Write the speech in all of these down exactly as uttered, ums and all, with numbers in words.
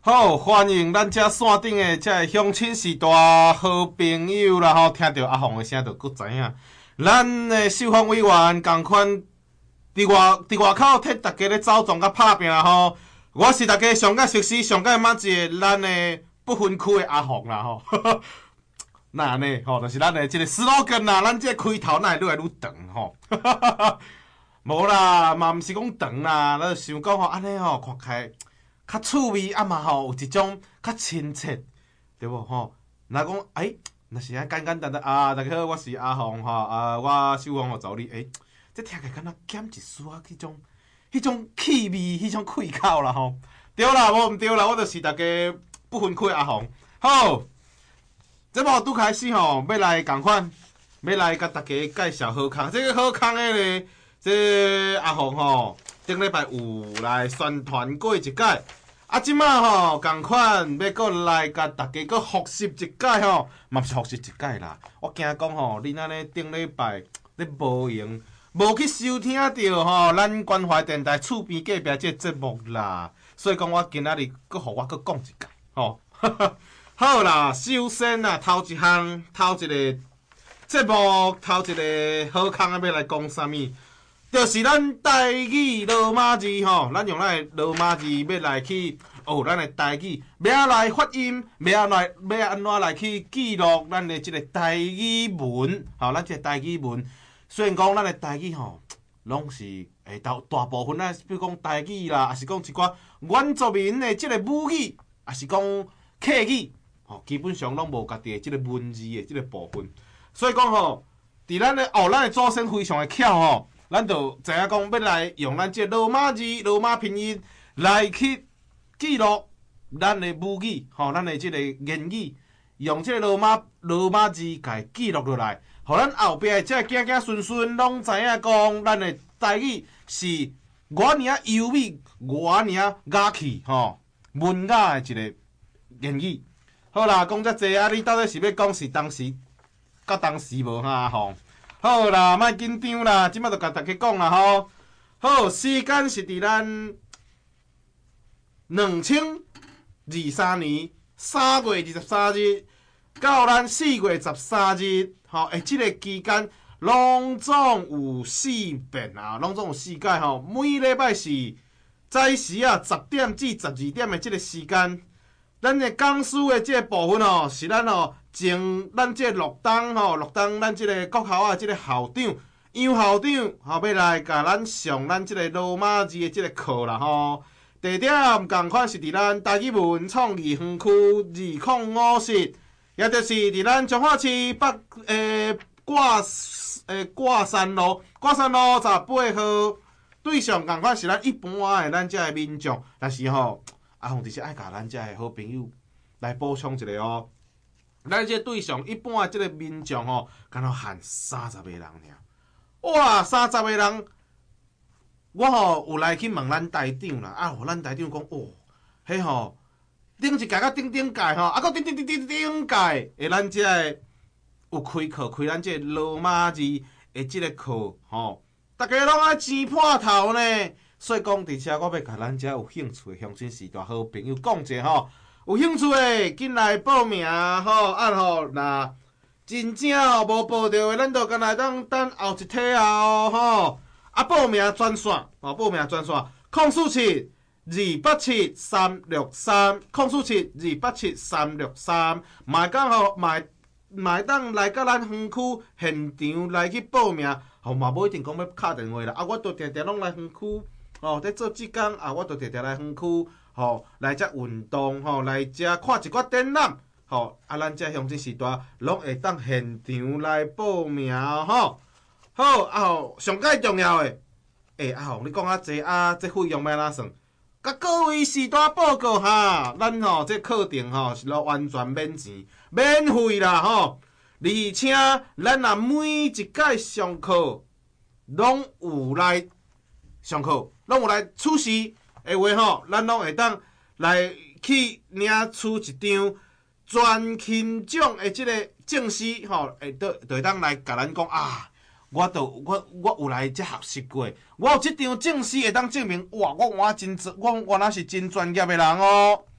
好，欢迎咱遮线顶的遮乡亲是大好朋友啦吼，听到阿凤的声就佫知影，咱的秀芳委员共款伫外伫外口替大家咧走动甲拍拼吼。我是大家上届熟悉、上届满意的咱的不分区的阿凤啦吼。那安尼吼，就是咱的即个 slogan 啦，咱即个开头哪会愈来愈长吼。无啦，嘛毋是讲长啦，咱就想讲吼，安尼吼看起来较趣味，啊嘛吼有一种较亲切，对无吼？若讲哎，若是啊简简单单啊，大家好，我是阿凤吼，啊我秀芳互找你，哎，这听起来敢若减一丝啊，迄种迄种气味，迄种气口啦吼。对啦，无毋对啦，我就是大家不分区阿凤。好，节目拄开始吼，要来共款，要来甲大家介绍好康。这个好康的咧，这阿凤吼。顶礼拜有来宣传过一届，啊，即马吼共款要搁来甲大家搁复习一届吼，嘛是复习一届啦。我惊讲吼，恁安尼顶礼拜你无用，无去收听着吼咱关怀电台厝边隔壁即个节目啦，所以讲我今仔日搁互我搁讲一届吼。好啦，首先啊，头一项头一个节目头一个好康啊，要来讲啥物？就是咱台语罗马字吼，咱用咱的罗马字要来去学咱的台语，要来发音，要来要安怎来去记录咱的即个台语文，吼，咱即个台语文。虽然讲咱的台语吼，拢是诶大大部分咱，比如讲台语啦，也是讲一寡原住民的即个母语，也是讲客语，吼，基本上拢无家己的即个文字的即个部分。所以讲吼，伫咱的哦，咱的祖先非常的巧吼。咱就知影讲要来用咱这罗马字、罗马拼音来去记录咱的母语，吼，咱的这个言语，用这个罗马罗马字甲记录落来，互咱后壁的这子子孙孙拢知影讲咱的台语是偌尔啊优美、偌尔啊雅气，吼，文雅的一个言语。好啦，讲遮济啊，你到底是要讲是当时，甲当时无哈吼？好啦，莫紧张啦，即摆就甲大家讲啦吼。好，时间是伫咱两千二三年三月二十三日到咱四月十三日，吼，诶，即个期间拢总有四遍啊，拢总有四届吼。每礼拜是早时啊十点至十二点的即个时间，咱的讲师的即个部分吼，是咱吼。从咱即个录档吼，录档咱即个国校啊，即个校长杨校长吼，要来甲咱上咱即个罗马字的即个课啦吼。地点共款是伫咱台语文创意园区二零五室，也就是伫咱彰化市北诶挂诶挂山路，挂山路十八号对上共款是咱一般的咱遮的民众，但是吼阿凤就是爱甲咱遮的好朋友来补充一下哦。咱这对象一般的即个民众吼，敢若限三十个人尔。哇，三十个人，我吼有来去问咱台长啦，啊，互咱台长讲，哦，迄吼顶一届甲顶顶届吼，啊，搁顶顶顶顶顶届，诶，咱即个有开课，开咱即个罗马字的即个课吼，大家拢爱钱破头呢。所以讲，伫遮我要甲咱遮有兴趣的乡亲时代好朋友讲者吼。有兴趣的，紧来报名吼！啊吼，若真正哦无报到的，咱就干来当等后一体后吼。啊，报名专线哦，报名专线零四七二八七三六三零四七二八七三六三，嘛讲吼，嘛嘛当来甲咱园区现场来去报名，吼嘛无一定讲要敲电话啦。啊，我都定定拢来园区哦，伫做志工啊，我都定定来园区。吼，来遮运动，吼，来遮看一寡展览，吼，啊，咱遮乡亲时代拢会当现场来报名吼。好，啊吼，上介重要诶，诶、欸，啊吼，你讲啊济啊，这费用要哪算？甲各位时代报告哈，咱吼这课程吼是完全免钱，免费啦吼。而且咱若每一届上课拢有来上课，拢有来出席。的话吼，咱拢会当来去领出一张全勤奖的即个证书吼，会得会当来甲咱讲啊，我都我我有来遮学习过，我有即张证书会当证明哇，我我真我我那是真专业的人哦。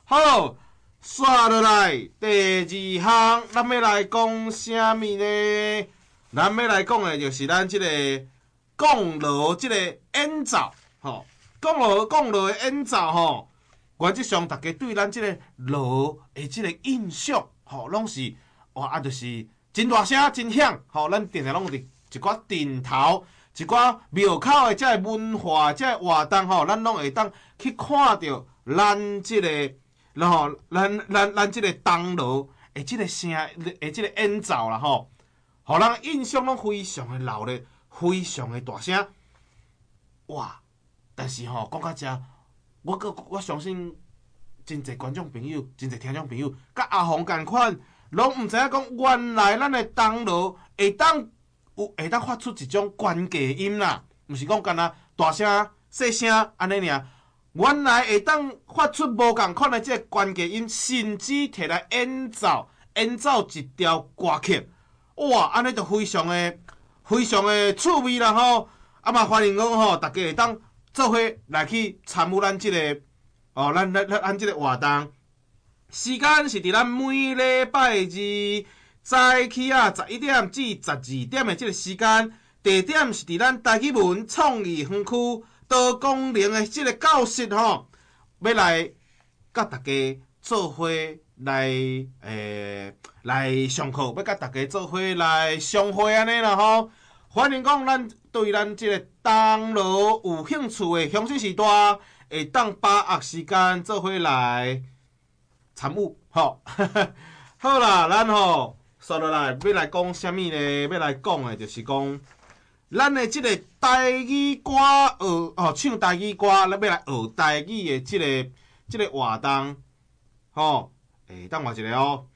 好，刷落来第二项，咱要来讲啥物呢？咱要来讲的就是咱即个讲锣即个演奏，吼，讲锣讲锣的演奏吼，原则上大家对咱即个锣的即个印象，吼，拢是哇啊，就是真大声、真响，吼，咱定定拢伫一寡顶头。一寡庙口的遮个文化、遮个活动吼，咱拢会当去看到咱即、這个，然后咱咱咱即个铜锣的即个声，的即个演奏啦吼，互人印象拢非常的热烈，非常的大声。哇！但是吼，讲到遮，我个我相信真侪观众朋友、真侪听众朋友，甲阿红共款，拢毋知影讲原来咱的铜锣会当。有会当发出一种关键音啦，毋是讲干那大声、细声安尼尔。原来会当发出无共款的即个关键音，甚至摕来演奏、演奏一条歌曲，哇！安尼就非常的、非常的趣味啦吼。啊嘛，欢迎讲吼，大家会当做伙来去参与咱即、這个哦，咱咱咱即个活动。时间是伫咱每礼拜二。早起啊，十一点至十二点的即个时间，地点是伫咱台语文创意园区多功能的即个教室吼，要来甲大家做伙来诶、欸、来上课，要甲大家做伙来相会安尼啦吼。欢迎讲咱对咱即个铜锣有兴趣的乡亲时代，会当把握时间做伙来参与吼。好啦，咱吼。说落来，要来讲啥物呢？要来讲的就是讲，咱的即个台语歌学哦，唱台语歌，咱要来学台语的即、這个即、這个活动，吼，诶，等我一下哦。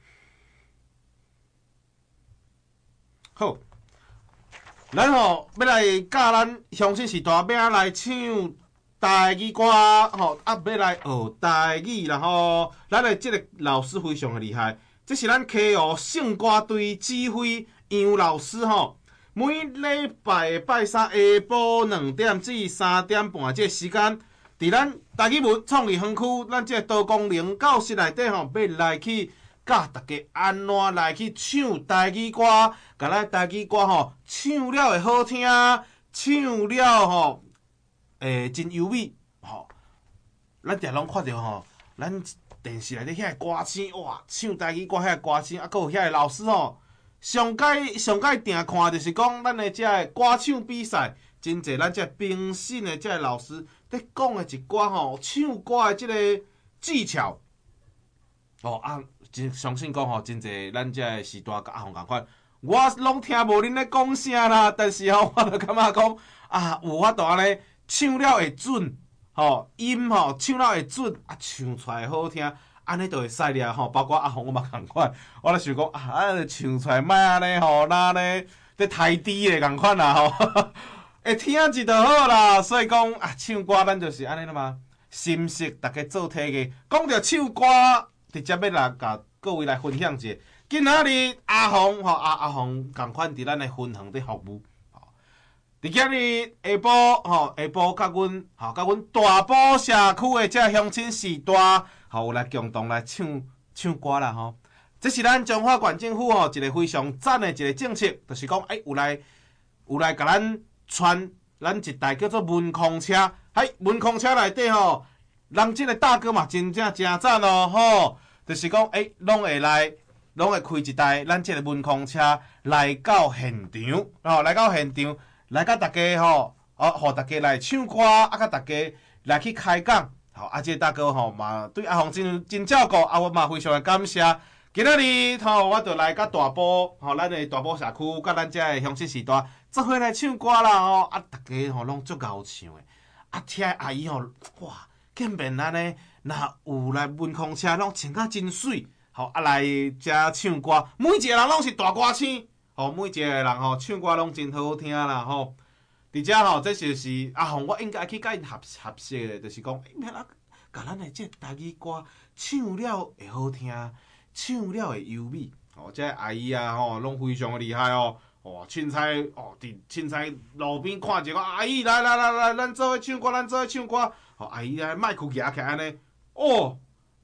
好，咱吼要来教咱乡亲时代要安来唱台语歌，吼，啊，要来学台语啦吼。咱的即个老师非常的厉害。这是咱溪湖圣歌队指挥杨老师吼，每礼拜拜三下晡两点至三点半这个时间，伫咱台语文创意园区咱这个多功能教室内底吼，要来去教大家安怎来去唱台语歌，甲咱台语歌吼唱了会好听，唱了吼诶真优美吼，咱定拢看到吼，咱。电视内底遐个歌星，哇，唱台语歌遐个歌星，啊，搁有遐个老师吼，上届上届定看就是讲咱的遮个歌唱比赛，真侪咱遮评审的遮个老师伫讲的一寡吼唱歌的即个技巧，哦啊，真相信讲吼，真侪咱遮个时代甲阿红共款，我拢听无恁咧讲啥啦，但是吼，我就感觉讲啊，有法度安尼唱了会准。吼音吼唱了会准，啊唱出来好听，安尼就会使了吼。包括阿红我嘛共款，我咧想讲啊，啊唱出来莫安尼吼，咱咧伫太低咧共款啦吼，会听一就好啦。所以讲啊，唱歌咱就是安尼啦嘛，心识大家做体个。讲到唱歌，直接要来甲各位来分享一下。今仔日阿红吼阿阿红共款伫咱的分行伫服務。伫今日下晡吼，下晡甲阮吼，甲阮大埔社区的遮乡亲时代，吼有来共同来唱唱歌啦吼。这是咱中华县政府吼一个非常赞的一个政策，就是讲诶有来有来甲咱传咱一台叫做文控车，喺文控车内底吼，人即个大哥嘛真正真赞哦吼，就是讲诶拢会来。拢会开一台咱即个文控车来到现场，吼来到现场。来甲大家吼，哦，互大家来唱歌，啊，甲大家来去开讲，吼，啊，这个大哥吼嘛，对阿红真真照顾，啊，我嘛非常的感谢。今仔日吼，我就来甲大埔，吼，咱的大埔社区，甲咱遮的乡亲时代，做伙来唱歌啦，吼，啊，大家吼拢足够唱的，啊，听阿姨吼，哇，见面安尼，若有来文控车，拢穿甲真水，吼，啊，来遮唱歌，每一个人拢是大歌星。吼，每一个人吼唱歌拢真好听啦吼。伫遮吼，这就是阿红，我应该去甲因合合适的，就是讲，要啦，甲咱的这台语歌唱了会好听，唱了会优美。吼，这阿姨啊吼，拢非常的厉害哦。哦，凊彩哦，伫凊彩路边看一个阿姨，来来来来，咱做伙唱歌，咱做伙唱歌。吼，阿姨啊，麦克举起安尼，哦，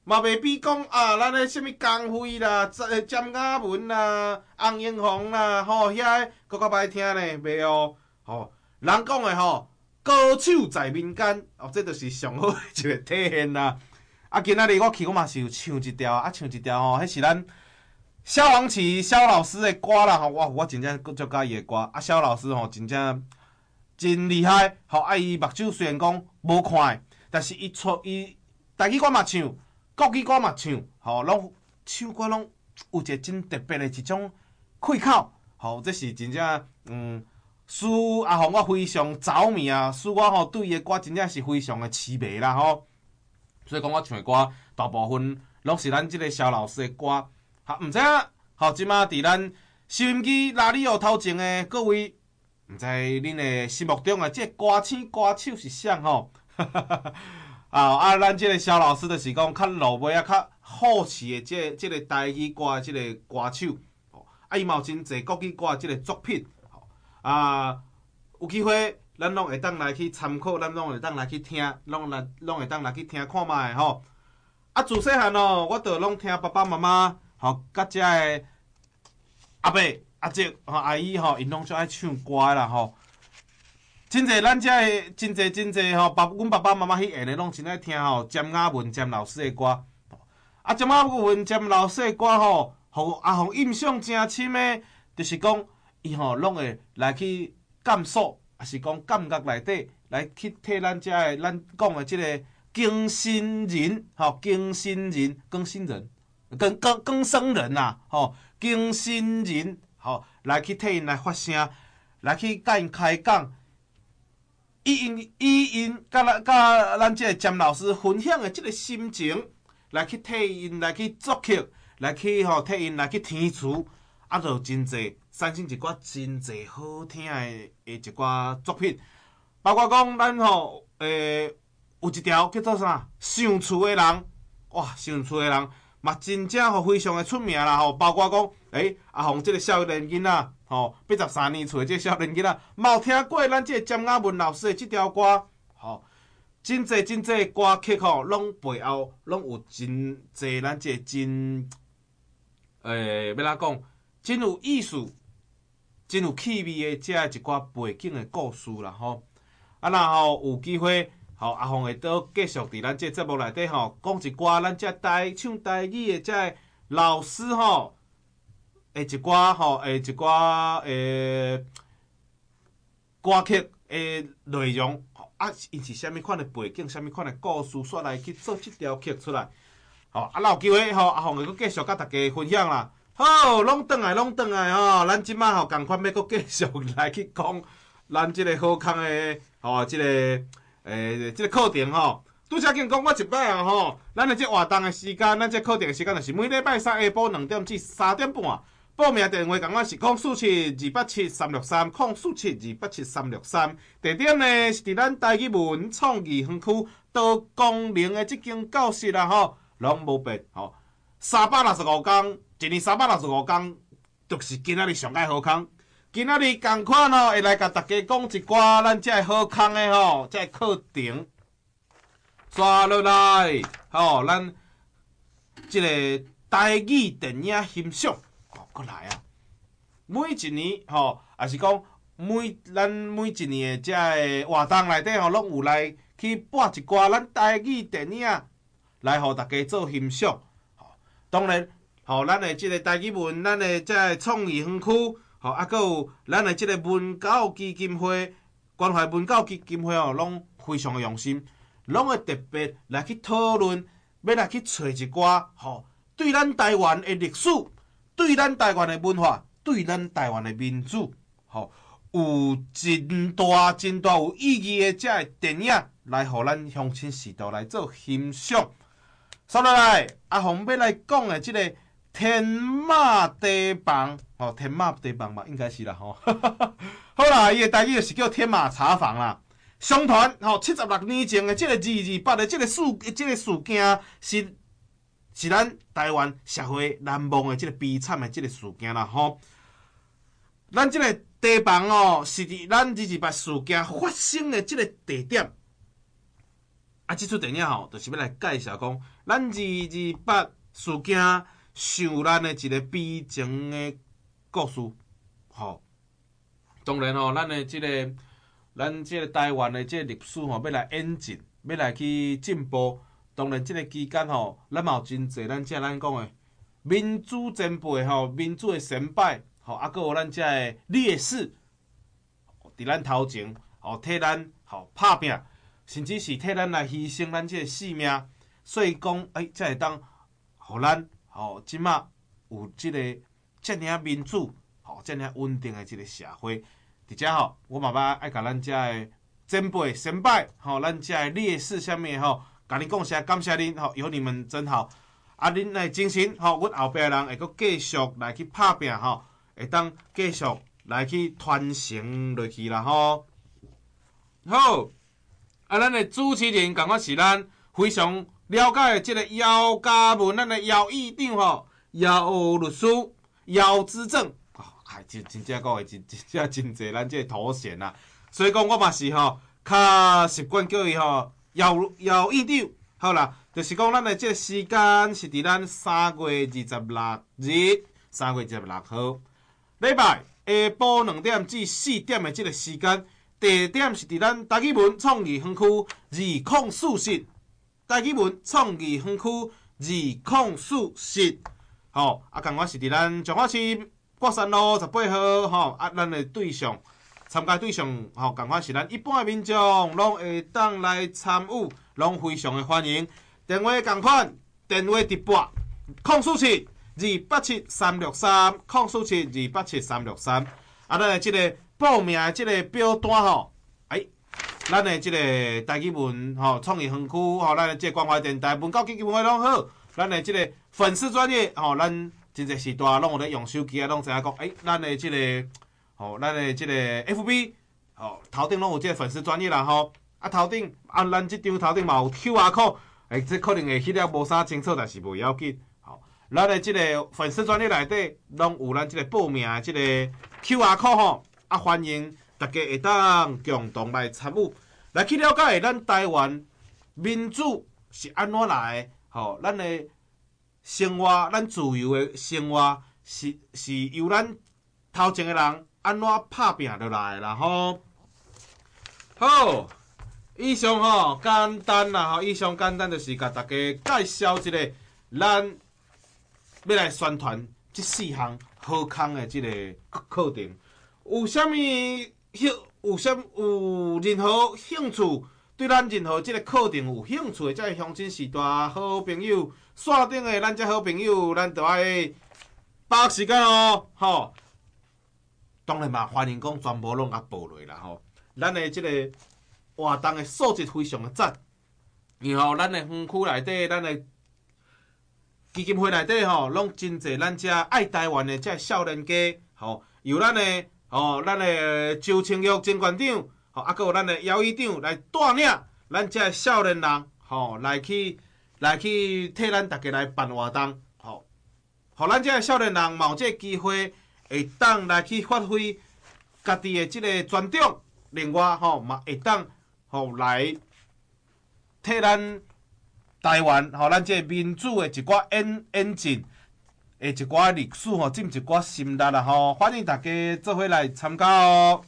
嘛袂比讲啊，咱的什物江辉啦、詹雅文啦、洪英红啦，吼遐个搁较歹听呢，袂哦。吼，人讲的吼，歌手在民间，哦，这就是上好的一个体现啦。啊，今仔日我去，我嘛是有唱一条，啊，唱一条吼，迄是咱萧煌奇萧老师的歌啦吼，哇，我真正足喜伊的歌。啊，萧老师吼，真正真厉害，吼，啊，伊目睭虽然讲无看，但是伊出伊台语歌嘛唱，国语歌嘛唱，吼，拢唱歌拢有一个真特别的一种开口，吼，这是真正嗯。使阿宏我非常着迷啊，使我吼对伊的歌真正是非常的痴迷啦吼。所以讲我唱的歌大部分拢是咱即个萧老师的歌。哈，毋知影吼，即马伫咱收音机拉里奥头前的各位，毋知恁的心目中的即个歌星歌手是啥吼？啊啊，咱即个萧老师就是讲较落尾啊，较好视的即、这个即、这个台语歌的即个歌手。啊，伊嘛有真侪国语歌的即个作品。啊，有机会咱拢会当来去参考，咱拢会当来去听，拢来拢会当来去听看卖吼。啊，自细汉哦，我着拢听爸爸妈妈吼，甲遮个阿伯、阿叔、吼阿姨吼，因拢最爱唱歌啦吼。真侪咱遮个真侪真侪吼，爸阮爸爸妈妈迄下呢，拢真爱听吼詹雅文詹老师的歌。啊，詹雅文詹老师的歌吼，互阿宏印象真深的，就是讲。伊吼拢会来去感受，也是讲感觉内底来去替咱遮个咱讲的即个更新人，吼更新人、更新人、更更更生人呐，吼更新人，吼来去替因来发声，来去甲因开讲，以因以因甲咱甲咱即个詹老师分享的即个心情，来去替因来去作曲，来去吼替因来去填词。啊，就真侪产生一寡真侪好听的诶一寡作品，包括讲咱吼诶有一条叫做啥想厝诶人，哇，想厝诶人嘛真正吼非常诶出名啦吼，包括讲诶阿宏即个少年囡仔吼，八十三年厝诶即个少年囡仔，嘛有听过咱即个詹雅文老师诶即条歌吼，真侪真侪歌曲吼，拢背后拢有真侪咱即个真诶要哪讲？真有意思、真有气味的，遮一寡背景的故事啦吼。啊，然后有机会，吼阿宏会倒继续伫咱这节目内底吼，讲一寡咱遮台唱台语的遮老师吼，诶一寡吼，诶一寡诶歌曲的内容，啊，因是虾米款的背景、虾米款的故事，煞来去做即条曲出来。吼，啊，若有机会吼，阿宏会佫继续甲大家分享啦。好，拢转来，拢转来吼！咱即摆吼，共款要佫继续来去讲咱即个好康的吼，即、这个诶，即、这个课程吼。拄则经讲，我一摆啊吼，咱的即活动的时间，咱即课程的时间就是每礼拜三下晡两点至三点半。报名电话共我是空四七二八七三六三，空四七二八七三六三。地点呢是伫咱台语文创意园区道光陵的即间教室啦吼，拢无变吼。三百六十五天。一年三百六十五天，就是今仔日上爱好康。今仔日共款吼，会来甲大家讲一寡咱遮好康的吼，遮课程。刷落来，吼，咱即个台语电影欣赏，哦，过来啊！每一年吼，也是讲每咱每一年的遮个活动内底吼，拢有来去播一寡咱台语电影，来互大家做欣赏。当然。吼，咱的即个台语文，咱的即个创意园区，吼，啊，搁有咱的即个文教基金会、关怀文教基金会哦，拢非常的用心，拢会特别来去讨论，要来去找一寡吼，对咱台湾的历史、对咱台湾的文化、对咱台湾的民主，吼，有真大真大有意义的即个电影，来互咱乡亲时代来做欣赏。接落来，阿宏要来讲的即个。天马地房，哦，天马地房嘛，应该是啦，吼。好啦，伊个台语就是叫天马茶房啦。相传，吼，七十六年前的即个二二八的即个事，即个事件是是咱台湾社会难忘的即个悲惨的即个事件啦，吼。咱即个地房哦，是伫咱二二八事件发生的即个地点。啊，即出电影吼，就是要来介绍讲咱二二八事件想咱的一个悲情的故事，吼。当然吼，咱的即、这个，咱即个台湾的即个历史吼，要来演进，要来去进步。当然，即个期间吼，咱嘛有真济咱即咱讲的民主前辈吼，民主的先败吼，啊，搁有咱即个烈士，伫咱头前吼替咱吼拍拼，甚至是替咱来牺牲咱即个性命。所以讲，哎，才会当互咱吼即马有即个遮尔民主吼遮尔稳定的即个社会。伫遮吼，我嘛要爱甲咱遮的前辈先拜吼，咱遮的烈士啥物吼，甲你讲声感谢恁吼，有你们真好。啊，恁的精神吼，阮后壁的人会阁继续来去拍拼吼，会当继续来去传承落去啦吼。好，啊，咱的主持人感觉是咱非常了解的即个姚嘉文，咱的姚议长吼，姚律师，姚资政。哎，真真正讲诶，真真正真济咱即个头衔啦，所以讲我嘛是吼，较习惯叫伊吼姚姚议长。好啦，就是讲咱诶即个时间是伫咱三月二十六日，三月二十六号，礼拜下晡两点至四点诶即个时间，地点是伫咱台语文创意园区二零四室，台语文创意园区二零四室。吼，啊，共款是伫咱彰化市国山路十八号，吼啊，咱的对象参加对象，吼，共款是咱一般的民众，拢会当来参与，拢非常的欢迎。电话共款，电话直拨零四七二八七三六三，零四七二八七三六三。啊，咱的即个报名的即个表单吼，哎，咱的即个台语文吼创意园区吼，咱的即个关怀电台文教基金会拢好，咱的即个粉丝专业吼，咱。真侪时代拢有咧用手机啊，拢知影讲，诶、欸，咱的即、这个，吼、哦，咱的即个 F B， 吼、哦，头顶拢有即个粉丝专业啦吼，啊头顶，啊咱即张头顶嘛有 Q R code， 诶、欸，这可能会翕了无啥清楚，但是无要紧，吼，咱的即个粉丝专业内底拢有咱即个报名的即个 Q R code 吼，啊欢迎大家会当共同来参与，来去了解咱台湾民主是安怎来的，吼，咱的。生活，咱自由的生活是是由咱头前的人安怎拍拼落来的啦吼。好，以上吼简单啦吼，以上简单就是甲大家介绍一个咱要来宣传这四项好康的这个课程。有啥物兴有啥有任何兴趣？对咱任何即个课程有兴趣的，才会乡亲时代好朋友，线顶的咱这好朋友，咱就爱把握时间哦，吼。当然嘛，欢迎讲全部拢甲报落啦吼。咱的即个活动的素质非常的赞，然后咱的园区内底，咱的基金会内底吼，拢真侪咱遮爱台湾的遮少年家，吼，由咱的吼，咱的周清玉前馆长。吼，啊，搁有咱的姚议长来带领咱遮少年人，吼，来去来去替咱大家来办活动，吼，互咱遮少年人嘛有这个机会，会当来去发挥家己的即个专长，另外吼嘛会当吼来替咱台湾吼咱这民主的一寡演演进的一寡历史吼，浸一寡心力啦吼，欢迎大家做伙来参加哦。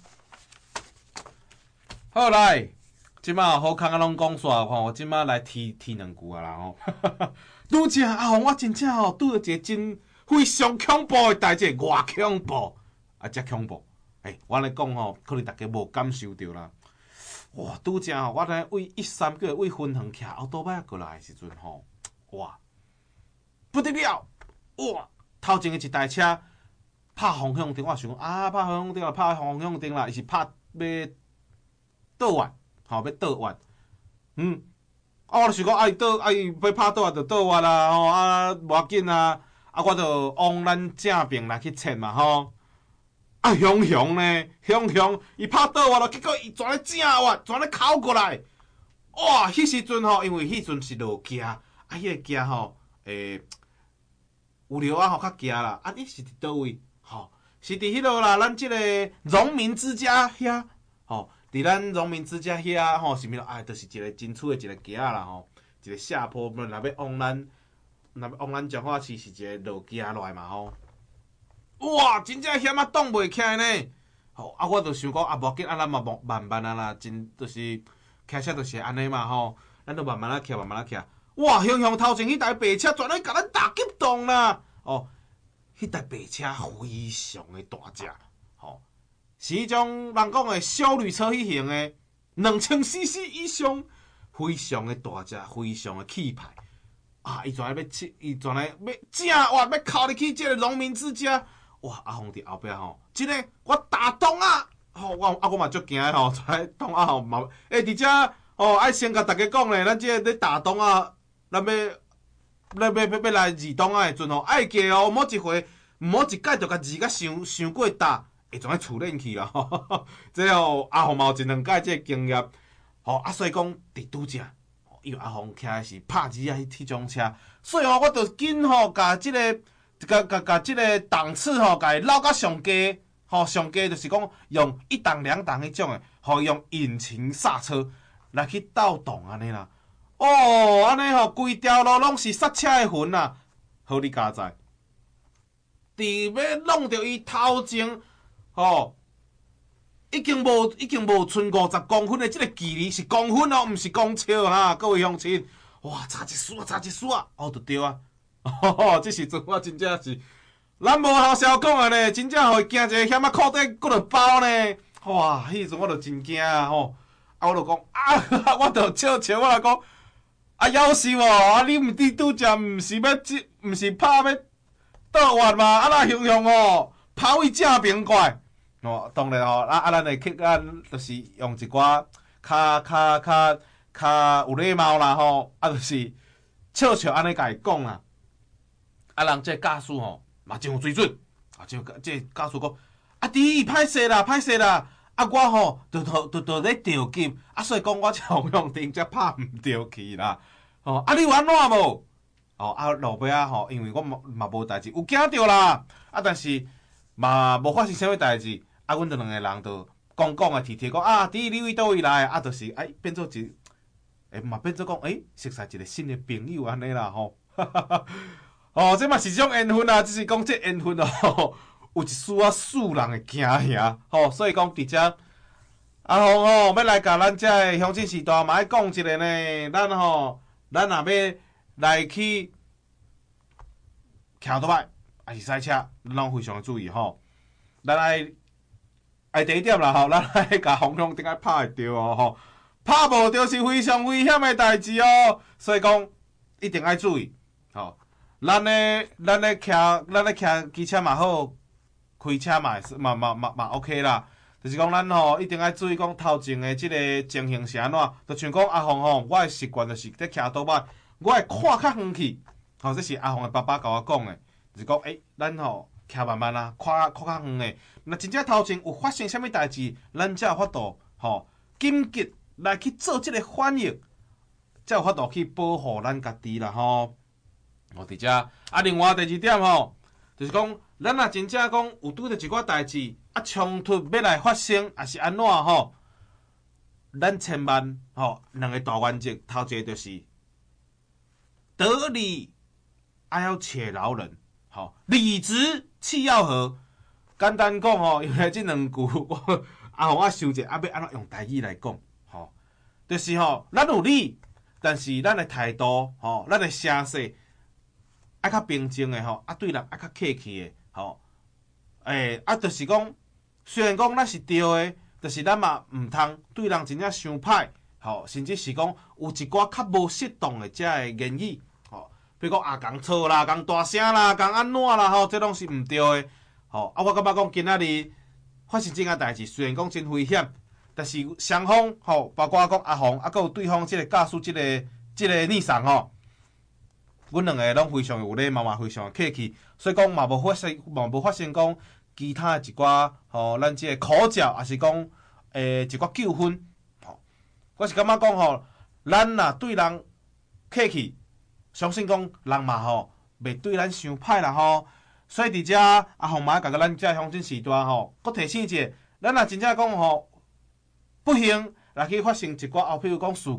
好来，即马好康啊，拢讲煞吼，我即马来提提两句啊啦吼。拄则啊，我真正吼拄着一个真非常恐怖的代志，偌恐怖啊，遮恐怖！诶、欸，我来讲吼，可能大家无感受到啦。哇，拄则吼，我咧为一三叫为分行徛后倒摆过来的时阵吼，哇，不得了！哇，头前的一台车拍方向灯，我想啊，拍方向灯啦，拍方向灯啦，伊是拍要。倒弯，吼、哦，要倒弯，嗯，啊，我就想讲，啊，伊倒，啊，伊要拍倒弯就倒弯啦，吼、哦，啊，无要紧啊，啊，我就往咱正边来去切嘛，吼，啊，雄雄呢，雄雄，伊拍倒弯咯，结果伊转咧正弯，转咧靠过来，哇，迄时阵吼，因为迄阵是落行，啊，迄、那个行吼，诶、欸，有聊啊，吼，较行啦，啊，你是伫倒位？吼、哦，是伫迄落啦，咱即个荣民之家遐，吼、哦。伫咱荣民之家遐吼，是物咯？哎，就是一个真趣的一个街啦吼，一一个下坡，若要往咱，若要往咱彰化市是一个落街落来嘛吼。哇，真正险啊，挡袂起来呢。吼，啊，我就想讲啊，无要紧，啊，咱嘛慢慢啊啦，真就是开车就是安尼嘛吼，咱就慢慢啊骑，慢慢啊骑。哇，雄雄头前迄台白车全咧甲咱打激动啦！哦，迄台白车非常的大只，吼、哦，是迄种人讲的小旅车迄型的，两千 C C 以上，非常的大只，非常的气派。啊，伊全来要切，伊全来要正哇，要靠入去即个农民之家。哇，阿红伫后壁吼，真诶，我打洞啊！吼、哦，我啊我嘛足惊诶吼，全来洞啊吼嘛，诶、欸，而且哦，爱先甲大家讲咧，咱即个咧打洞啊。咱要，咱要要要来移动啊的阵吼，爱记哦，某一回，某一届就甲移甲伤伤过大，会从咧厝恁去啦。这哦，阿红嘛有一两届这个经验，吼啊，所以讲伫拄只，因为阿红骑的是拍字啊迄种车，所以吼我就紧吼甲即个，甲甲甲即个档次吼，甲伊捞到上低，吼上低就是讲用一档两档迄种诶，吼用引擎刹车来去斗动安尼啦。哦，安尼吼，规条路拢是刹车的痕啊！好你家知，伫要弄着伊头前，吼，已经无已经无剩五十公分的即个距离是公分哦，毋是公尺哈，各位乡亲，哇，差一丝啊，差一丝啊，哦，就对啊，吼吼，即时阵我真正是，咱无好笑讲的呢，真正互伊惊一个险啊，裤底佫着包呢，哇，迄时阵我着真惊啊吼，啊，我着讲啊，我着笑笑，我来讲。啊，夭寿哦！啊，你毋知拄则毋是要即，毋是拍要倒弯嘛？啊，那雄雄哦，跑位正平怪哦。当然哦，啊啊，咱会去咱就是用一寡较较较较有礼貌啦吼，啊，就是笑笑安尼甲伊讲啦。啊，人这驾驶吼嘛真有水准，啊，就这驾驶讲啊，弟歹势啦，歹势啦。啊，我吼，就就就就咧着急，啊，所以讲我常用顶才拍毋着去啦。吼，啊，你有安怎无？哦，啊，落尾啊吼，因为我嘛嘛无代志，有惊着啦，啊，但是嘛无发生啥物代志，啊，阮着两个人就讲讲啊，提提讲啊，弟你位倒位来？啊，就是哎变做一，诶嘛变做讲诶，熟悉一个新的朋友安尼啦吼。哦，这嘛是一种缘分啊，只是讲这缘分哦。有一丝啊，世人会惊遐，吼，所以讲伫遮阿红吼要来甲咱遮的乡亲时代嘛爱讲一个呢，咱吼，咱若要来去骑倒摆，还是赛车，咱拢非常的注意吼。咱爱爱第一点啦吼，咱爱甲方向顶爱拍会着哦吼，拍无着是非常危险的代志哦，所以讲一定爱注意，吼。咱咧咱咧骑咱咧骑机车嘛好。开车嘛是嘛嘛嘛嘛 OK 啦，就是讲咱吼一定爱注意讲头前的即个情形是安怎，就像讲阿凤吼，我的习惯就是咧骑倒摆，我会看较远去，吼，这是阿凤的爸爸甲我讲的，就是讲诶，咱吼骑慢慢啊，看看较远的，若真正头前有发生啥物代志，咱才有法度吼紧急来去做即个反应，才有法度去保护咱家己啦吼。哦，伫遮啊，另外第二点吼，就是讲。咱若真正讲有拄着一寡代志，啊冲突要来发生，也是安怎吼？咱千万吼两个大原则，头一个就是得理，还要且饶人，吼理直气要和。简单讲吼，因为即两句我阿红我想者，啊要安怎用台语来讲，吼，就是吼咱有理，但是咱的态度吼，咱的声势爱较平静的吼，啊对人爱较客气的。吼，诶、欸，啊，就是讲，虽然讲咱是对的，但是咱嘛毋通对人真正伤歹，吼，甚至是讲有一寡较无适当的遮个言语，吼，比如讲啊，讲吵啦，讲大声啦，讲安怎啦，吼，这拢是毋对的，吼，啊，我感觉讲今仔日发生这件代志，虽然讲真危险，但是双方吼，包括讲阿红，啊，佮有对方即个驾驶即个即个逆送吼。阮两个拢非常有礼貌嘛，非常客气，所以讲嘛无发生，嘛无发生讲其他的一寡吼，咱即个口角，也是讲诶、欸、一寡纠纷。吼，我是感觉讲吼，咱若对人客气，相信讲人嘛吼，袂对咱伤歹啦吼。所以伫遮阿红妈甲个咱遮乡亲时代吼，搁提醒者，咱若真正讲吼不幸来去发生一寡后，譬如讲事故，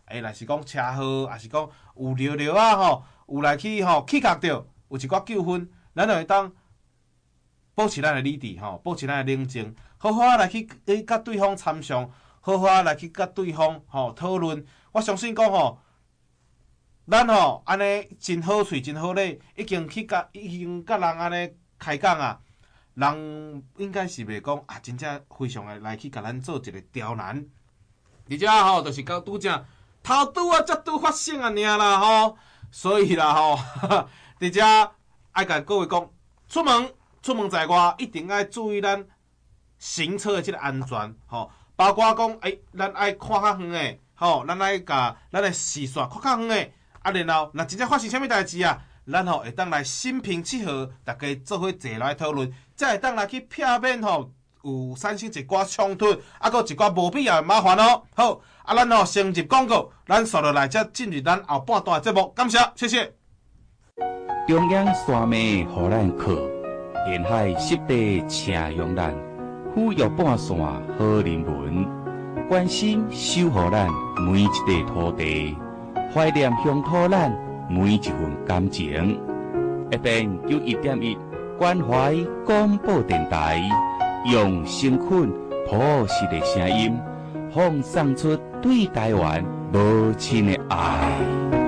诶，若是讲车祸，还是讲有尿尿啊吼，有来去吼去角着，有一寡纠纷，咱就会当保持咱的理智吼，保持咱的冷静，好好啊来去去甲对方参详，好好啊来去甲对方吼讨论。我相信讲吼，咱吼安尼真好喙真好礼，已经去甲已经甲人安尼开讲啊，人应该是袂讲啊，真正非常的来去甲咱做一个刁难。而且吼，就是到拄则头拄啊，才拄发生啊，尔啦吼。所以啦吼，伫遮爱甲各位讲，出门出门在外，一定爱注意咱行车的即个安全吼。包括讲，诶、欸，咱爱看较远的。吼，咱来甲咱的视线看较远诶，啊，然后若真正发生啥物代志啊，咱吼会当来心平气和，大家做伙坐来讨论，才会当来去避免吼有产生一寡冲突，啊，搁一寡无必要的麻烦哦。好，啊，咱吼先入广告，咱续落来才进入咱后半段的节目，感谢，谢谢。 中央山脉互咱靠，沿海湿地请用咱，富裕半线好人文。关心守护咱每一块土地，怀念乡土咱每一份感情。F M 九一点一关怀广播电台，用诚恳朴实的声音，放送出对台湾无尽的爱。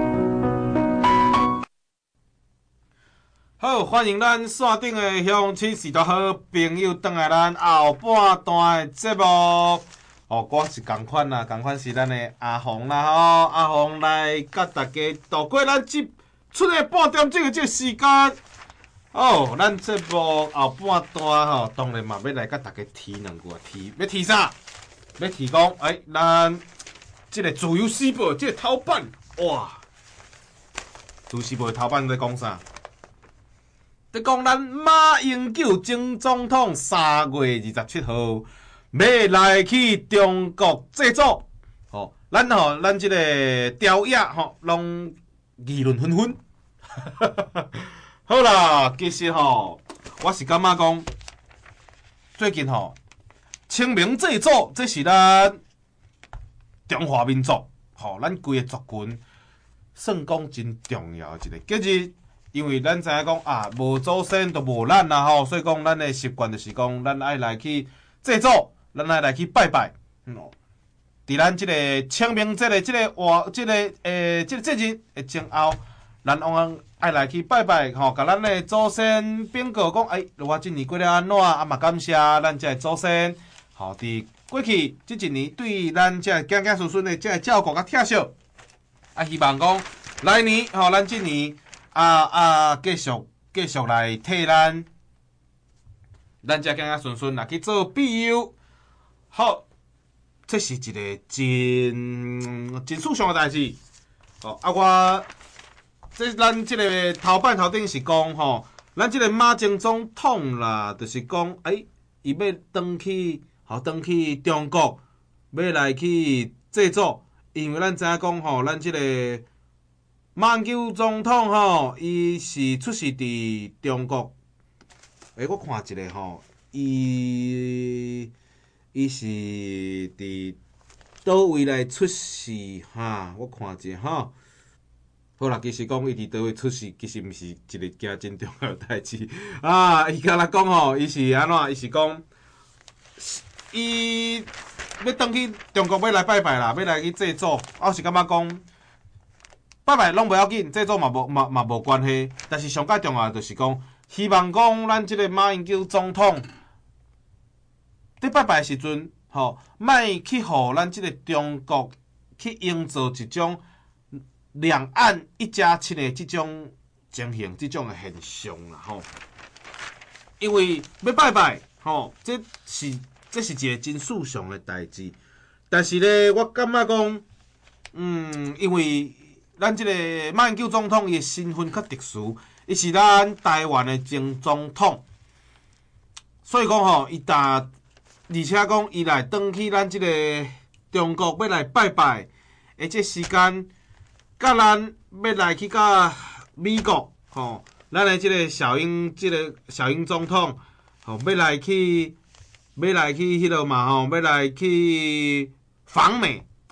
好，欢迎咱线顶的乡亲时代好朋友，回来咱后半段的节目。哦，我是共款啦，共款是咱的阿红啦吼，阿红来甲大家度过咱即出的半点钟的即个时间。哦，咱节目后半段吼，当然嘛要来甲大家提两句，提要提啥？要提讲，哎，咱即个自由时报即个头版，哇，自由时报的头版在讲啥？在讲咱马英九前总统三月二十七号。要来去中国制作，吼，咱吼，咱即个朝野吼，拢议论纷纷。好啦，其实吼，我是感觉讲，最近吼，清明制作，这是咱中华民族，吼，咱规个族群，算讲真重要的一个节日。因为咱知影讲啊，无祖先就无咱啦吼，所以讲咱的习惯就是讲，咱爱来去制作。咱来来去拜拜，嗯，伫咱即个清明节的即个活，即个诶，即个节日的前后，咱往爱来去拜拜，吼，甲咱的祖先禀告讲，哎，我今年过了安怎？啊嘛感谢咱这祖先，吼，伫过去即一年对咱这囝囝孙孙的这个照顾甲疼惜，啊，希望讲来年，吼，咱今年啊啊，继续继续来替咱咱这囝囝孙孙来去做庇佑。好，这是一个真真事上的代志。哦，啊我，这咱即个头版头顶是讲吼，咱即个马前总统啦，就是讲，诶，伊要转去，吼，转去中国，要来去制作，因为咱知影讲吼，咱即个马英九总统吼，伊是出世伫中国。诶，我看一下吼，伊。伊是伫倒位来出世哈？我看者哈。好啦，其实讲伊伫倒位出世，其实毋是一个件真重要的代志啊。伊敢若讲吼，伊是安怎？伊是讲，伊要转去中国要来拜拜啦，要来去制作。我是感觉讲，拜拜拢袂要紧，制作嘛无嘛嘛无关系。但是上界重要的就是讲，希望讲咱即个马英九总统。伫拜拜时阵，吼，莫去互咱即个中国去营造一种两岸一家亲的即种情形、即种的现象啦，吼。因为要拜拜，吼，这是这是一个真事上的代志。但是咧，我感觉讲，嗯，因为咱即个马英九总统伊的身份较特殊，伊是咱台湾的前总统，所以讲吼，伊打。而且讲，伊来转去咱即个中国要来拜拜，而且时间，甲咱要来去甲美国，吼，咱的即个小英，即个小英总统，吼，要来去，要来去迄落嘛，吼，要来去访美，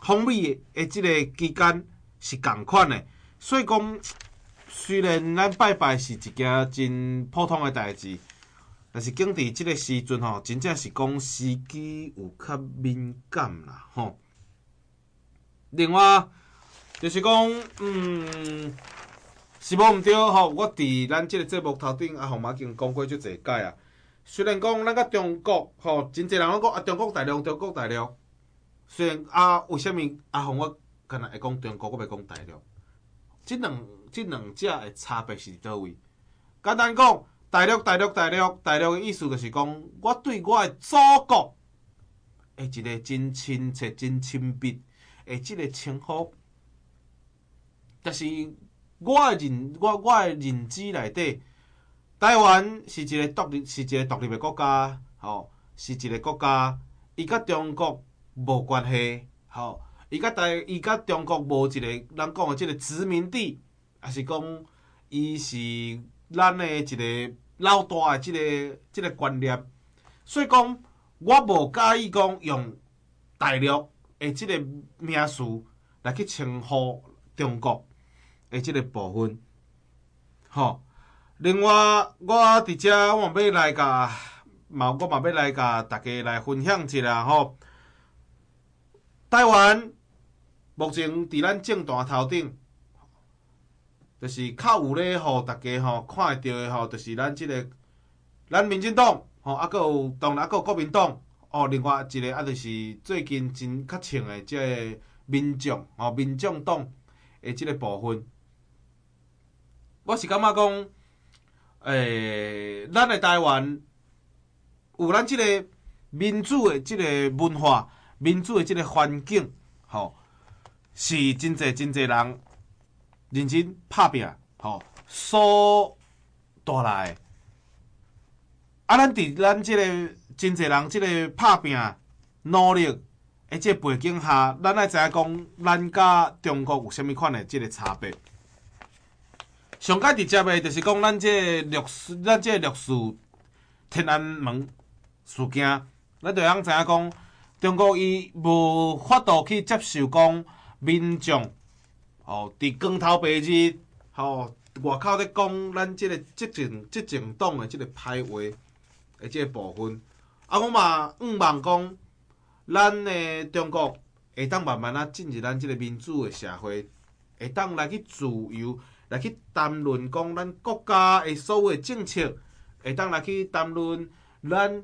访美的即个期间是共款的，所以讲虽然咱拜拜是一件真普通的代志，但是经伫即个时阵吼，真正是讲时机有较敏感啦吼。另外就是讲，嗯，是无毋对吼，我伫咱即个节目头顶阿红嘛已经讲过足侪摆啊。虽然讲咱甲中国吼，真侪人拢讲啊，中国大陆，中国大陆。虽然啊，为虾米阿红我干那会讲中国，我袂讲大陆？即两即两者的差别是伫倒位？简单讲，大陆、大陆、大陆、大陆的意思就是讲，我对我的祖国的一个真亲切、真亲密的即个称呼。但是我的认我我的认知内底，台湾是一个独立是一个独立的国家，吼，是一个国家，伊甲中国无关系，吼，伊甲台伊甲中国无一个咱讲的即个殖民地，也是讲伊是咱的一个老大的即个即个观念，所以讲我无介意讲用大陆的即个名词来去称呼中国的即个部分，吼。另外，我伫遮我嘛要来甲嘛，我嘛要来甲大家来分享一下吼。台湾目前伫咱政坛头顶，就是较有咧，互大家吼看会到的吼，就是咱即、这个咱民进党吼，啊，搁有当然啊，搁有国民党哦。另外一个啊，就是最近真较称的即个民众吼，民众党的即个部分，我是感觉讲，诶、欸，咱的台湾有咱即个民主的即个文化。民主的即个环境，吼，是真侪真侪人认真拍拼，吼，所带来的。啊，咱伫咱即个真侪人即个拍拼努力的即个背景下，咱爱知影讲，咱甲中国有啥物款的即个差别。上界直接的，就是讲咱即个历史，咱即个历史天安门事件，咱就通知影讲。中国伊无法度去接受讲民众哦，伫光头白日吼外口咧讲咱即个执政执政党的即个歹话的即个部分，啊，我嘛希望讲咱的中国会当慢慢啊进入咱即个民主的社会，会当来去自由来去谈论讲咱国家的所有的政策，会当来去谈论咱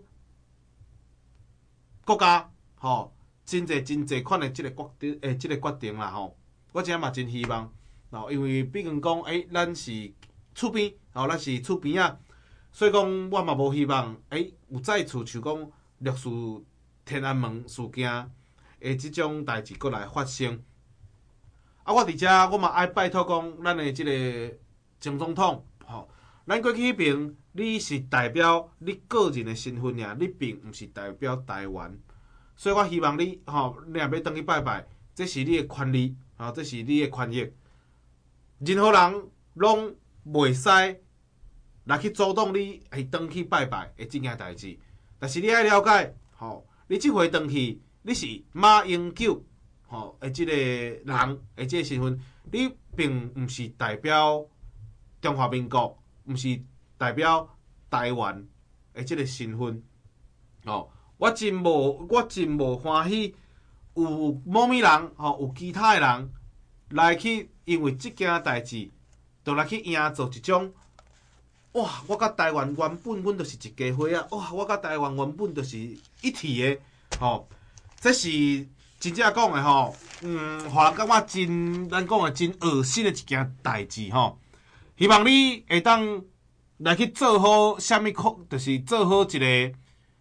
国家。吼，真侪真侪款的即个决定，诶，即个决定啦吼，我真嘛真希望，吼，因为毕竟讲，诶，咱是厝边，吼，咱是厝边啊，所以讲我嘛无希望，诶，有再次像讲历史天安门事件诶，即种代志搁来发生。啊，我伫遮，我嘛爱拜托讲，咱的即个前总统，吼，咱过去迄边，你是代表你个人的身份尔，你并毋是代表台湾。所以我希望你吼，你若要倒去拜拜，这是你的权利，吼，这是你的权益。任何人拢袂使来去阻挡你去倒去拜拜的即件代志。但是你爱了解，吼，你即回倒去，你是马英九吼的即个人的即个身份，你并毋是代表中华民国，毋是代表台湾的即个身份，吼。我真无，我真无欢喜，有某物人吼，有其他的人来去，因为即件代志，就来去营造一种，哇！我甲台湾原本阮就是一家伙啊！哇！我甲台湾原本就是一体的，吼，这是真正讲的吼，嗯，互人感觉真，咱讲的真恶心的一件代志吼。希望你会当来去做好啥物可，就是做好一个。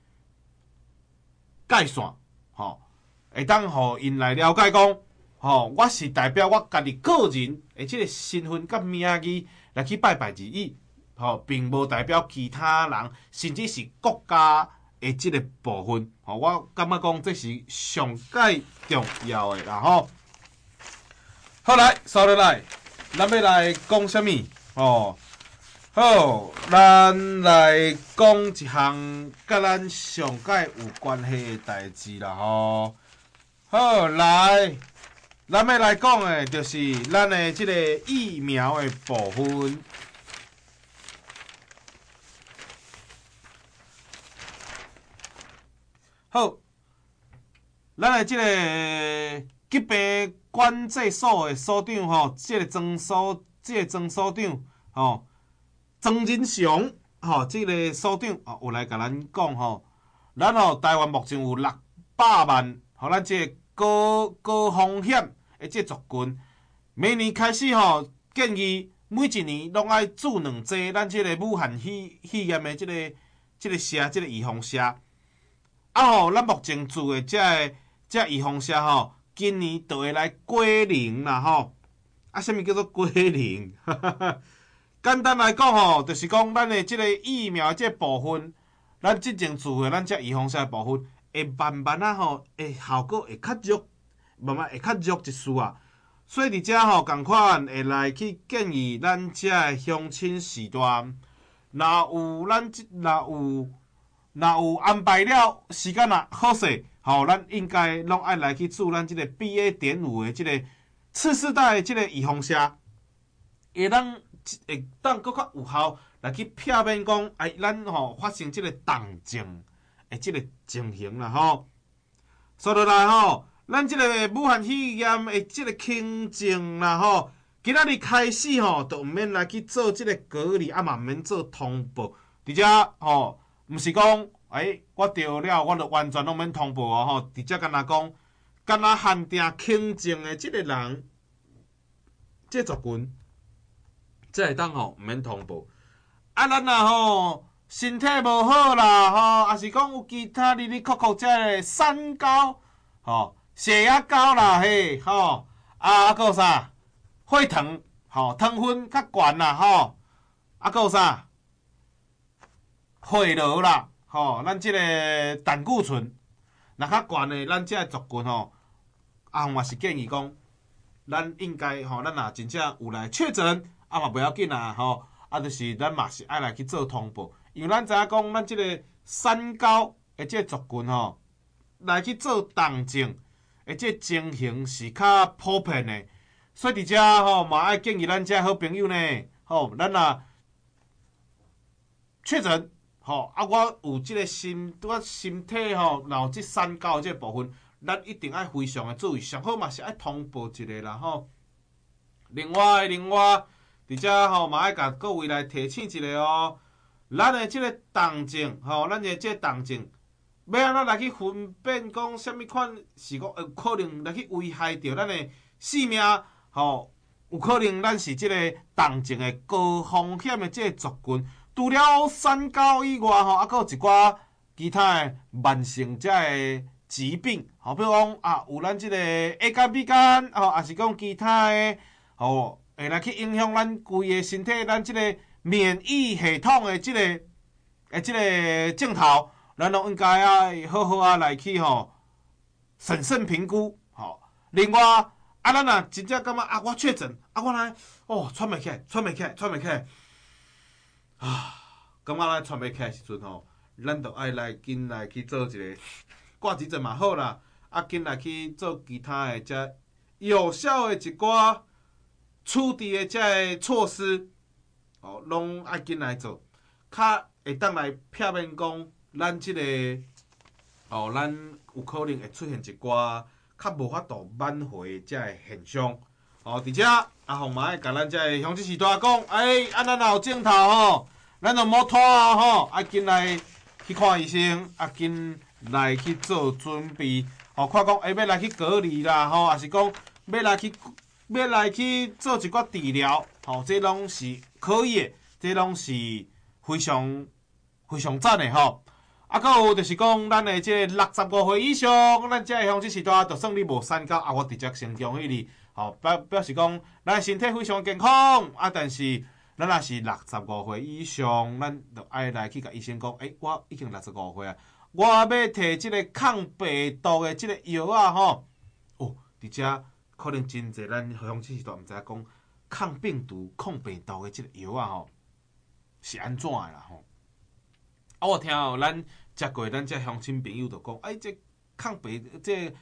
界线，吼，会当互因来了解讲，吼，我是代表我家己个人的即个身份甲名义来去拜拜而已，吼，并无代表其他人，甚至是国家的即个部分，吼，我感觉讲这是上界重要的啦，吼。好来，收落来，咱要来讲啥物？哦。好，咱来讲一项甲咱上界有关系的代志啦吼。好，来， 咱要来讲的，就是咱的即个疫苗的部分。好，咱的即个疾病管制所的所长吼，即、这个庄所，即、这个庄所长吼，庄仁祥吼，即、这个所长哦，有来甲咱讲吼，咱吼台湾目前有六百万，互咱即个高高风险的即个族群，明年开始吼，建议每一年拢爱注两剂咱即个武汉肺肺炎的即、这个即、这个射，即、这个预防射。啊吼，咱目前做的即个即个预防射吼，今年就会来过零啦吼。啊，啥物叫做过零？简单来讲吼，就是讲咱的即个疫苗即个部分，咱之前做的咱即预防射的部分，会慢慢啊吼，会效果会较弱，慢慢会较弱一丝啊。所以伫遮吼，共款会来去建议咱遮的乡亲时段，若有咱即若有。若有安排了时间啊好势，吼，咱应该拢爱来去做咱即个 B A 点五的即个次世代的即个预防射，会当会当搁较有效来去避免讲，哎，咱吼发生即个重症的即个情形啦吼。说落来吼，咱即个武汉肺炎的即个轻症啦吼，今仔日开始吼，就毋免来去做即个隔离，啊嘛毋免做通报，伫遮吼。毋是讲，哎、欸，我着了，我着完全拢免通报哦吼。直接干若讲，干若限定轻症的即个人，即、这个族群，才会当吼毋免通报。啊，咱若吼身体无好啦，吼，也是讲有其他哩哩扣扣即个三高，吼，血压高啦，嘿，吼，啊，啊，还有啥？血糖，吼，糖分较悬啦，吼，啊，还有啥？血糖啦，吼，咱即个胆固醇，若较悬的，咱即个族群吼，啊，嘛是建议讲，咱应该吼，咱若真正有来确诊，啊嘛袂要紧啊，吼，啊，就是咱嘛是爱来去做通报，因为咱知影讲，咱即个三高的即个族群吼，来去做重症的即个情形是较普遍的，所以伫遮吼嘛爱建议咱遮好朋友呢，吼，咱若确诊。吼、哦、啊！我有即个心，拄啊身体吼，若有即三高即个部分，咱一定爱非常的注意，上好嘛是爱通报一下啦吼。另外，另外，伫遮吼嘛爱甲各位来提醒一下哦，咱的即个重症，吼、哦，咱的即个重症，要安怎来去分辨讲啥物款是讲有可能来去危害着咱的性命，吼、哦，有可能咱是即个重症的高风险的即个族群。除了三高以外，吼，啊，还有一寡其他的慢性即个疾病，吼，比如讲啊，有咱即个 A 肝、B 肝，吼，也是讲其他的，吼，会来去影响咱规个身体，咱即个免疫系统的即个诶即个镜头，咱拢应该啊好好啊来去吼审慎评估，吼。另外，啊，咱若真正感觉啊，我确诊，啊，我来哦喘袂起来，喘袂起来，喘袂起来。啊，感觉咱喘袂起来时阵吼，咱着爱来紧来去做一个挂急诊嘛好啦，啊紧来去做其他的遮有效的一寡处置的遮个措施，哦，拢爱紧来做，较会当来避免讲咱即、这个哦，咱有可能会出现一寡较无法度挽回的遮个现象。哦，伫遮阿红嘛爱甲咱遮个乡亲时代讲，哎，啊咱若有镜头吼，咱就莫拖啊吼，啊紧来去看医生，啊紧来去做准备，吼、哦，看讲哎要来去隔离啦，吼、哦，也是讲要来去要来去做一寡治疗，吼、哦，这拢是可以的，这拢是非常非常赞的吼。啊，还有就是讲，咱的这六十五岁以上，咱这乡亲时代，就算你无三高，啊，我直接先恭喜你。吼、哦，表表示讲，咱身体非常健康，啊，但是咱若是六十五岁以上，咱就爱来去甲医生讲，诶、欸，我已经六十五岁啊，我要摕即个抗病毒的即个药啊，吼，哦，伫遮可能真侪咱乡亲时代毋知影讲抗病毒、抗病毒的即个药啊，吼，是安怎的啦，吼。啊，我听哦，咱食过咱这乡亲朋友就讲，哎，这抗病这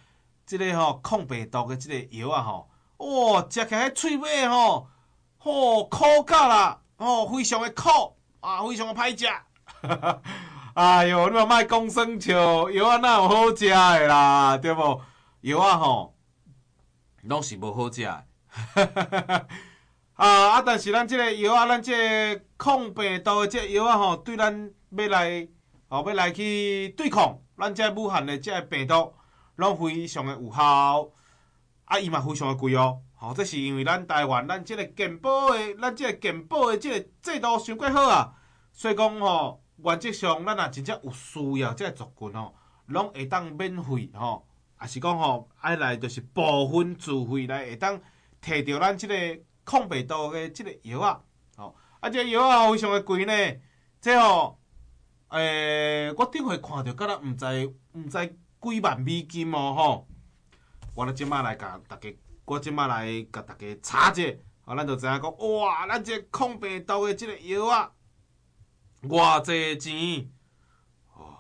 即、这个吼、哦、抗病毒的即个药啊吼，哇，食起来喙尾吼，吼苦甲啦，吼非常的苦啊，非常的歹食。哎哟，你嘛莫讲耍笑，药啊哪有好食的啦，对无？药啊吼，拢是无好食的。啊啊！但是咱即个药啊，咱即个抗病毒的即个药啊吼，对咱要来吼要来去对抗咱即个武汉的即个病毒，拢非常的有效。啊，伊嘛非常的贵哦。吼，这是因为咱台湾咱即个健保的，咱即个健保的即个制度伤过好啊，所以讲吼，原则上咱若真正有需要即个族群吼，拢会当免费吼，也是讲吼爱来就是部分自费来会当摕到咱即个抗病毒的即个药啊，吼，啊，即个药啊非常的贵呢，即吼，诶、欸，我顶回看到，敢若毋知毋知几万美金哦，吼，我咧即摆来甲大家，我即摆来甲大家查者，啊，咱就知影讲，哇，咱即个抗病毒的即个药啊，偌济钱，哦，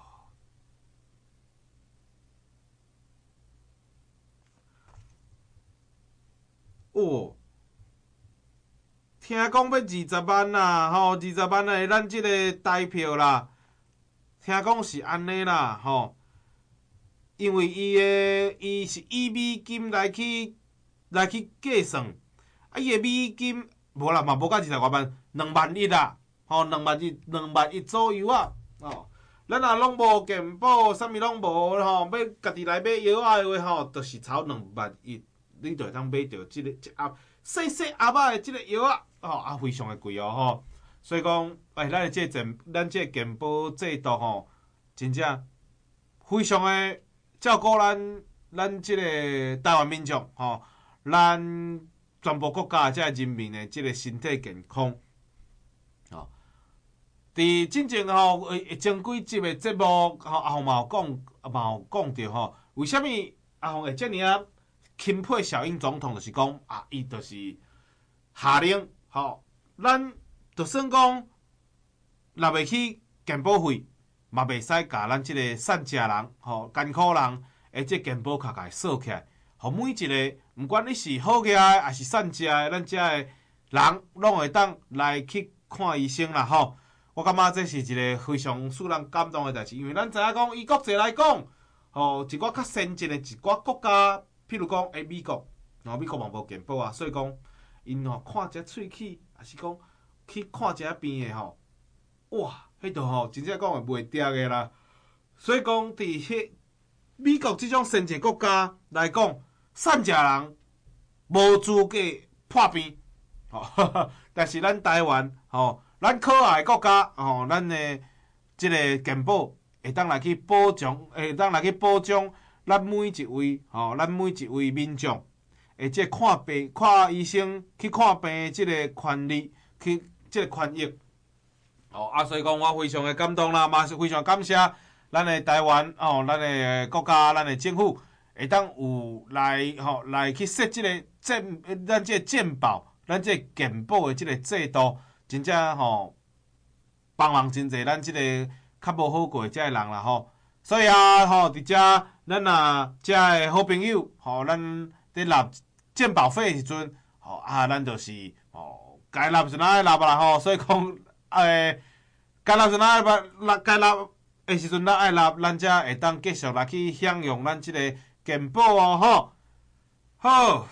哦。听讲要二十万啦，吼，二十万的咱即个台票啦，听讲是安尼啦，吼，因为伊的伊是以美金来去来去计算，啊，伊的美金无啦嘛，无到二十外万，两万一啦，吼，两万一两万一左右啊，吼，咱若拢无健保，啥物拢无吼，要家己来买药啊的话吼，就是超两万一，你就会当买着即、这个一盒细细盒仔的即个药啊。吼啊，非常的贵哦吼，所以讲，哎，咱的这健，咱这健保制度吼，真正非常的照顾咱咱即个台湾民众吼，咱全部国家即个人民的即个身体健康。吼，伫真正吼，诶，前几集的节目吼，阿凤嘛有讲，嘛有讲着吼，为虾米阿凤会遮尔啊钦佩小英总统，就是讲啊，伊就是下令。吼，咱就算讲若袂去健保费，嘛袂使甲咱即个善食人、吼艰苦人，诶，即健保卡甲扫起来，互每一个，毋管你是好个的，还是善食的，咱遮个人拢会当来去看医生啦。吼，我感觉这是一个非常使人感动的代志，因为咱知影讲，以国际来讲，吼一寡较先进的一寡国家，譬如讲诶美国，吼美国嘛无健保啊，所以讲。因吼看一喙齿，也是讲去看一下病的吼，哇，迄度吼真正讲会袂掉的啦。所以讲，伫迄美国即种先进国家来讲，善食人无资格破病，吼。但是咱台湾吼，咱可爱的国家吼，咱的即个健保会当来去保障，会当来去保障咱每一位吼，咱每一位民众。诶，即个看病、看医生、去看病的即个权利，去即个权益，哦啊，所以讲我非常的感动啦，嘛是非常感谢咱的台湾哦，咱的国家、咱的政府会当有来吼、哦、来去设即个健，咱即个健保、咱即个健保的即个制度，真正吼帮忙真济，咱即个较无好过即个人啦吼。所以啊，吼伫遮咱啊遮的好朋友，吼咱伫纳健保费的时阵，吼啊，咱就是吼该纳就哪会纳啦吼，所以讲诶，该纳就哪会纳，该纳的时阵咱爱纳，咱才会当继续来去享用咱即个健保哦吼。好，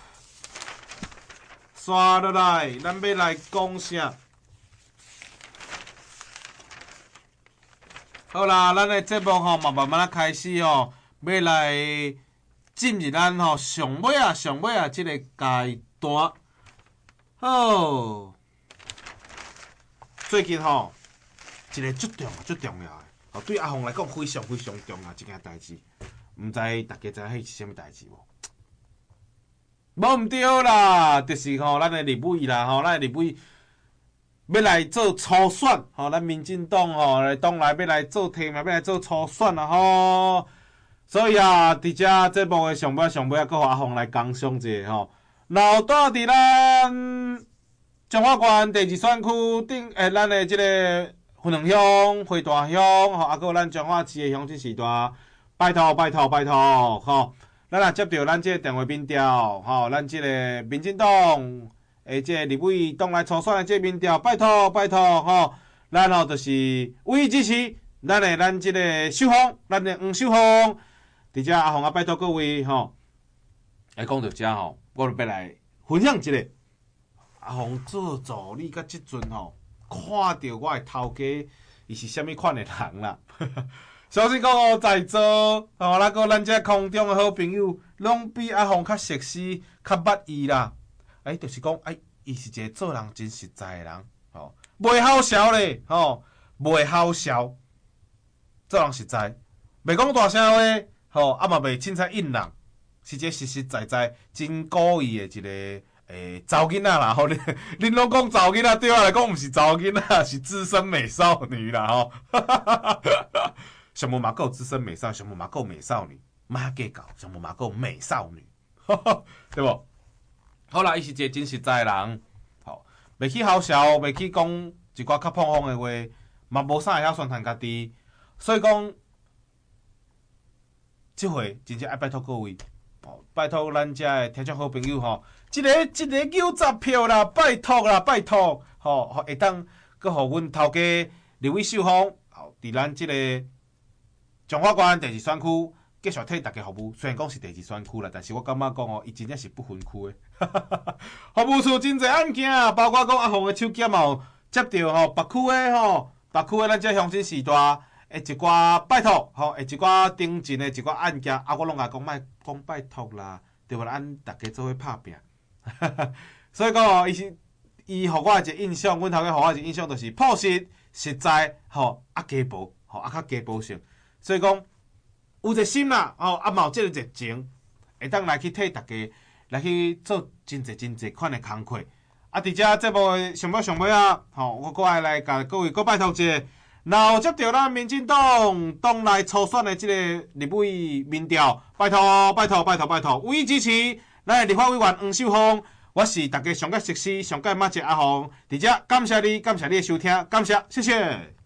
刷落来，咱要来讲啥？好啦，咱的节目吼嘛慢慢啊开始吼，要来。进入咱吼上尾啊上尾啊即个阶段，好，最近吼一个足重要足重要的，吼对阿凤来讲非常非常重要一件代志，毋知大家知影迄是啥物代志无？无毋对啦，就是吼咱的立委啦，吼咱的立委要来做初选，吼咱民进党吼来党内要来做提名，要来做初选啦吼。所以啊，伫遮节目的上尾上尾啊，搁互阿凤来工商一下吼。老大伫咱彰化县第二选区顶诶，咱的即个云林乡、花大乡吼，啊，搁有咱彰化市的乡亲时代，拜托拜托拜托吼。 咱也接到咱即个电话民调，吼、哦，咱即个民进党诶，即个立委党内初选诶即个民调，拜托拜托吼、哦，咱吼就是唯一支持咱诶咱即个秀芳，咱诶黄秀芳。伫遮阿凤啊，拜托各位吼、哦，来讲到遮吼，我就要来分享一个阿凤做助理甲即阵吼，看到我诶头家，伊是虾米款诶人啦。相信讲哦，在座吼，咱个咱遮空中诶好朋友，拢比阿凤较熟悉、较捌伊啦。哎，就是讲，哎，伊是一个做人真实在诶人，吼、哦，袂好笑咧，吼、哦，袂好笑，做人实在，袂讲大声话。吼，啊嘛袂凊彩应人，是一个实实在在真故意的一个诶查某囡仔啦。吼，恁恁拢讲查某囡仔，对我来讲毋是查某囡仔，是资深美少女啦。吼，上无嘛，还有资深美少，上无嘛，还有美少女，莫计较，上无嘛，还有美少女，对无？好啦，伊是一个真实在的人，吼，袂去好笑，袂去讲一寡较碰风的话，嘛无啥会晓宣传家己，所以讲。即回真正爱拜托各位，哦，拜托咱遮诶听众好朋友吼，一个一个九十票啦，拜托啦，拜托，吼、哦，会当佮互阮头家立委秀芳，吼，伫咱即个彰化县第二选区继续替大家服务。虽然讲是第二选区啦，但是我感觉讲哦，伊真正是不分区诶。服务处真侪案件，包括讲阿凤诶手机嘛有接到吼北区诶吼，北区诶咱遮乡亲时代。诶，一寡拜托，吼，诶，一寡顶进诶一寡案件，啊，我拢甲讲莫讲拜托啦，对无？咱大家做伙拍拼，所以讲哦，伊是伊互我一个印象，阮头家互我一个印象，就是朴实、实在，吼，啊家暴，吼，啊较家暴性，所以讲有一个心啦，吼，啊嘛有即个热情，会当来去替大家来去做真侪真侪款诶工课。啊，伫遮节目诶上尾上尾啊，吼，我搁爱来甲各位搁拜托一下。然后接到咱民进党党内初选的即个立委民调，拜托拜托拜托拜托，唯一支持咱的立法委员黄秀芳，我是大家上届熟悉、上届捌识阿凤，伫遮感谢你，感谢你的收听，感谢，谢谢。